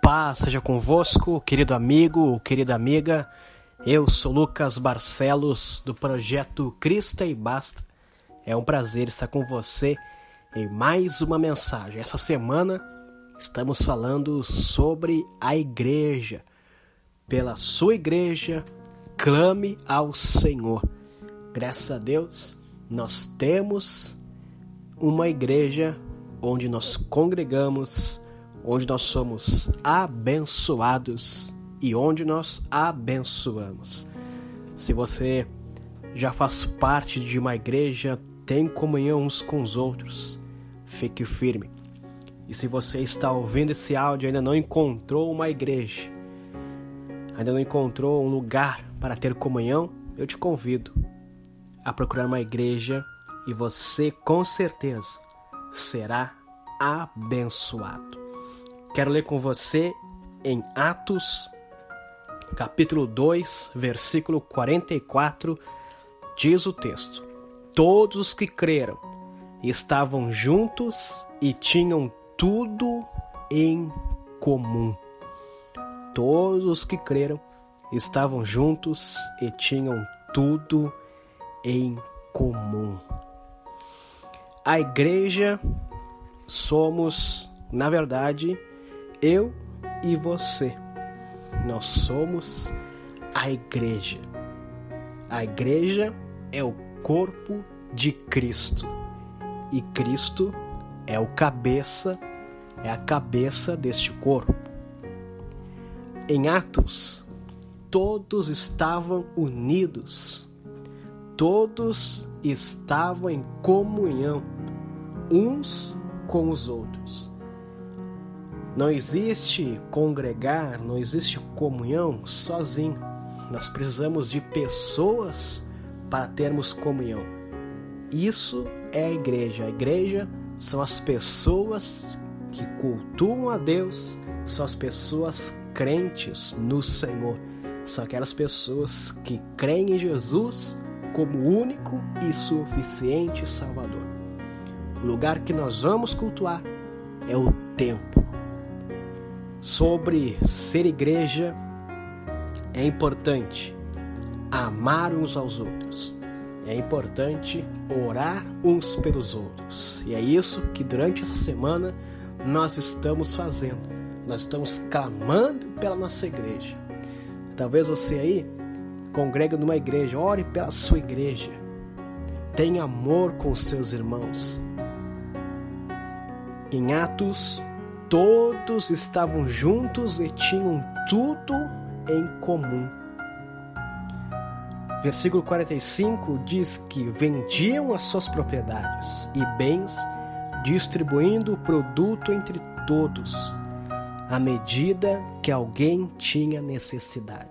paz seja convosco, querido amigo, querida amiga. Eu sou Lucas Barcelos, do projeto Cristo e Basta. É um prazer estar com você em mais uma mensagem. Essa semana estamos falando sobre a igreja. Pela sua igreja, clame ao Senhor. Graças a Deus, nós temos uma igreja onde nós congregamos, onde nós somos abençoados e onde nós abençoamos. Se você já faz parte de uma igreja, tem comunhão uns com os outros, fique firme. E se você está ouvindo esse áudio e ainda não encontrou uma igreja, ainda não encontrou um lugar para ter comunhão, eu te convido a procurar uma igreja e você com certeza será abençoado. Quero ler com você em Atos, capítulo 2, versículo 44, diz o texto: todos os que creram estavam juntos e tinham tudo em comum. Todos os que creram estavam juntos e tinham tudo em comum. A igreja somos, na verdade, eu e você. Nós somos a igreja. A igreja é o corpo de Cristo. E Cristo é o cabeça, é a cabeça deste corpo. Em Atos, todos estavam unidos. Todos estavam em comunhão, uns com os outros. Não existe congregar, não existe comunhão sozinho. Nós precisamos de pessoas para termos comunhão. Isso é a igreja. A igreja são as pessoas que cultuam a Deus, são as pessoas crentes no Senhor. São aquelas pessoas que creem em Jesus como único e suficiente Salvador. O lugar que nós vamos cultuar é o templo. Sobre ser igreja, é importante amar uns aos outros. É importante orar uns pelos outros. E é isso que durante essa semana nós estamos fazendo. Nós estamos clamando pela nossa igreja. Talvez você aí congrega numa igreja, ore pela sua igreja. Tenha amor com os seus irmãos. Em Atos, todos estavam juntos e tinham tudo em comum. Versículo 45 diz que vendiam as suas propriedades e bens, distribuindo o produto entre todos, à medida que alguém tinha necessidade.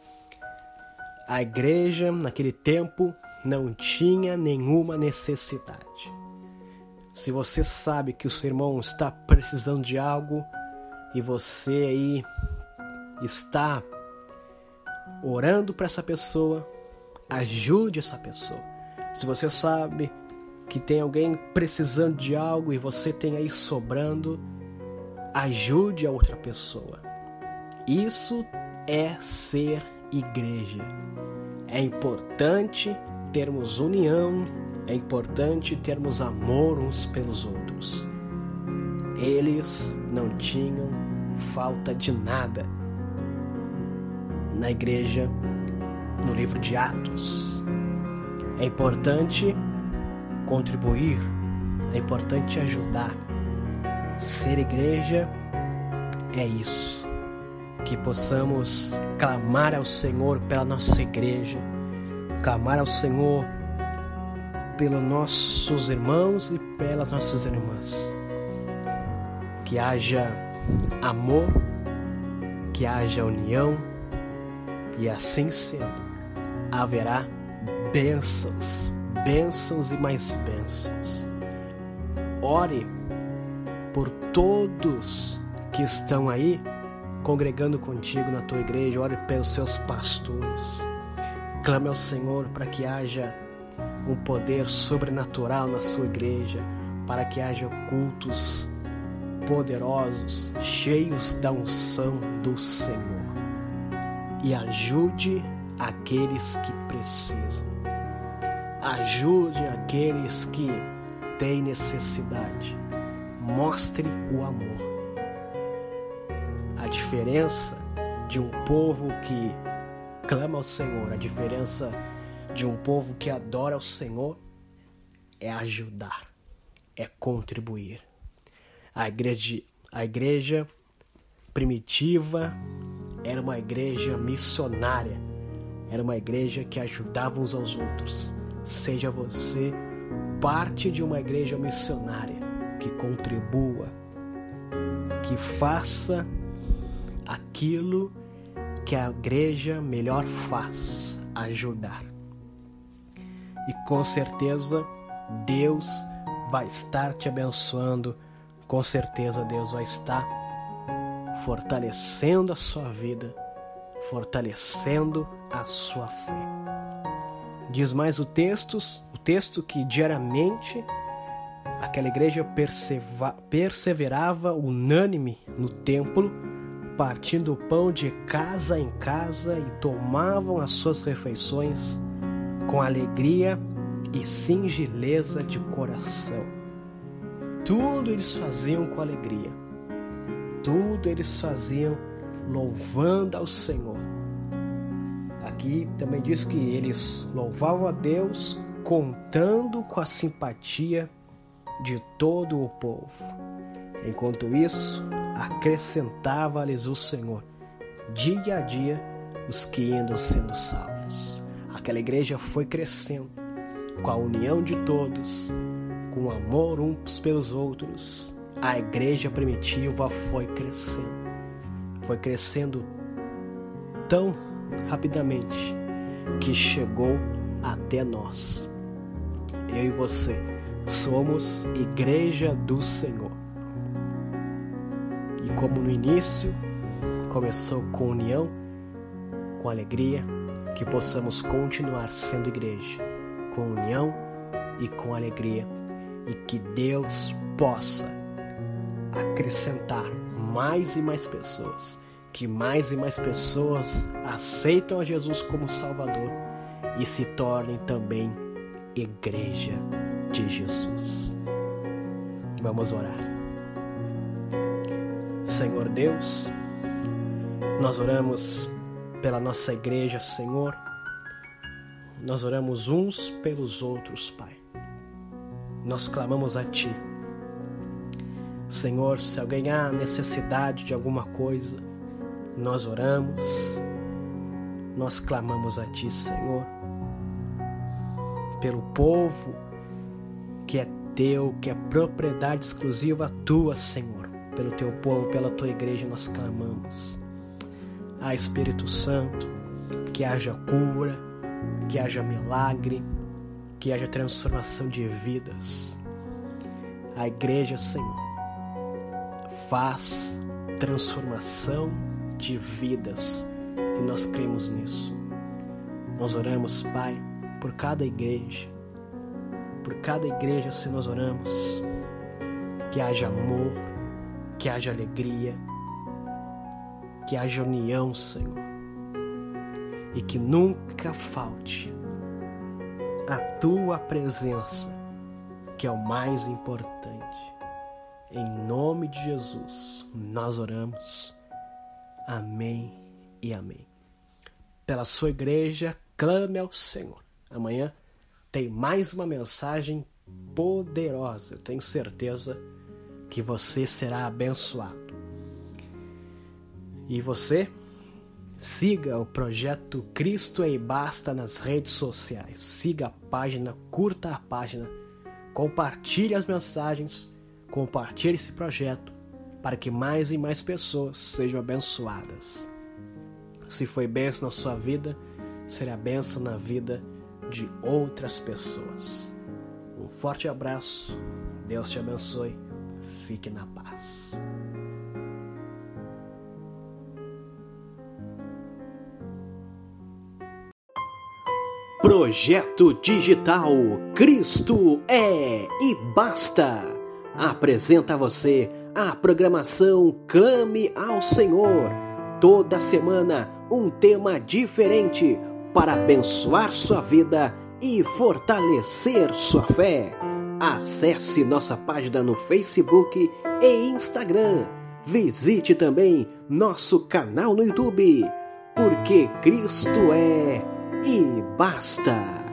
A igreja, naquele tempo, não tinha nenhuma necessidade. Se você sabe que o seu irmão está precisando de algo e você aí está orando para essa pessoa, ajude essa pessoa. Se você sabe que tem alguém precisando de algo e você tem aí sobrando, ajude a outra pessoa. Isso é ser igreja. É importante termos união, é importante termos amor uns pelos outros. Eles não tinham falta de nada. Na igreja, no livro de Atos, é importante contribuir, é importante ajudar. Ser igreja é isso. Que possamos clamar ao Senhor pela nossa igreja, clamar ao Senhor pelos nossos irmãos e pelas nossas irmãs. Que haja amor, que haja união, e assim sendo, haverá bênçãos, bênçãos e mais bênçãos. Ore por todos que estão aí congregando contigo na tua igreja. Ore pelos seus pastores. Clame ao Senhor para que haja um poder sobrenatural na sua igreja, para que haja cultos poderosos, cheios da unção do Senhor. E ajude aqueles que precisam. Ajude aqueles que têm necessidade. Mostre o amor. A diferença de um povo que clama ao Senhor, a diferença de um povo que adora ao Senhor é ajudar, é contribuir. A igreja primitiva era uma igreja missionária, era uma igreja que ajudava uns aos outros. Seja você parte de uma igreja missionária que contribua, que faça aquilo que a igreja melhor faz, ajudar. E com certeza Deus vai estar te abençoando, com certeza Deus vai estar fortalecendo a sua vida, fortalecendo a sua fé. Diz mais o texto que diariamente aquela igreja perseverava unânime no templo, partindo o pão de casa em casa e tomavam as suas refeições com alegria e singeleza de coração. Tudo eles faziam com alegria. Tudo eles faziam louvando ao Senhor. Aqui também diz que eles louvavam a Deus contando com a simpatia de todo o povo. Enquanto isso, acrescentava-lhes o Senhor, dia a dia, os que iam sendo salvos. Aquela igreja foi crescendo com a união de todos, com o amor uns pelos outros. A igreja primitiva foi crescendo tão rapidamente que chegou até nós. Eu e você somos igreja do Senhor. E como no início começou com união, com alegria, que possamos continuar sendo igreja, com união e com alegria, e que Deus possa acrescentar mais e mais pessoas, que mais e mais pessoas aceitam a Jesus como Salvador e se tornem também igreja de Jesus. Vamos orar. Senhor Deus, nós oramos pela nossa igreja, Senhor. Nós oramos uns pelos outros, Pai. Nós clamamos a Ti. Senhor, se alguém há necessidade de alguma coisa, nós oramos, nós clamamos a Ti, Senhor, pelo povo que é Teu, que é propriedade exclusiva Tua, Senhor. Pelo Teu povo, pela Tua igreja nós clamamos. Ah, Espírito Santo, que haja cura, que haja milagre, que haja transformação de vidas. A igreja, Senhor, faz transformação de vidas e nós cremos nisso. Nós oramos, Pai, por cada igreja, Senhor, nós oramos que haja amor, que haja alegria, que haja união, Senhor, e que nunca falte a Tua presença, que é o mais importante. Em nome de Jesus, nós oramos. Amém e amém. Pela sua igreja, clame ao Senhor. Amanhã tem mais uma mensagem poderosa. Eu tenho certeza que você será abençoado. E você, siga o projeto Cristo e Basta nas redes sociais. Siga a página, curta a página, compartilhe as mensagens, compartilhe esse projeto para que mais e mais pessoas sejam abençoadas. Se foi bênção na sua vida, será bênção na vida de outras pessoas. Um forte abraço, Deus te abençoe, fique na paz. Projeto Digital Cristo é e Basta. Apresenta a você a programação Clame ao Senhor. Toda semana um tema diferente para abençoar sua vida e fortalecer sua fé. Acesse nossa página no Facebook e Instagram. Visite também nosso canal no YouTube. Porque Cristo é e basta.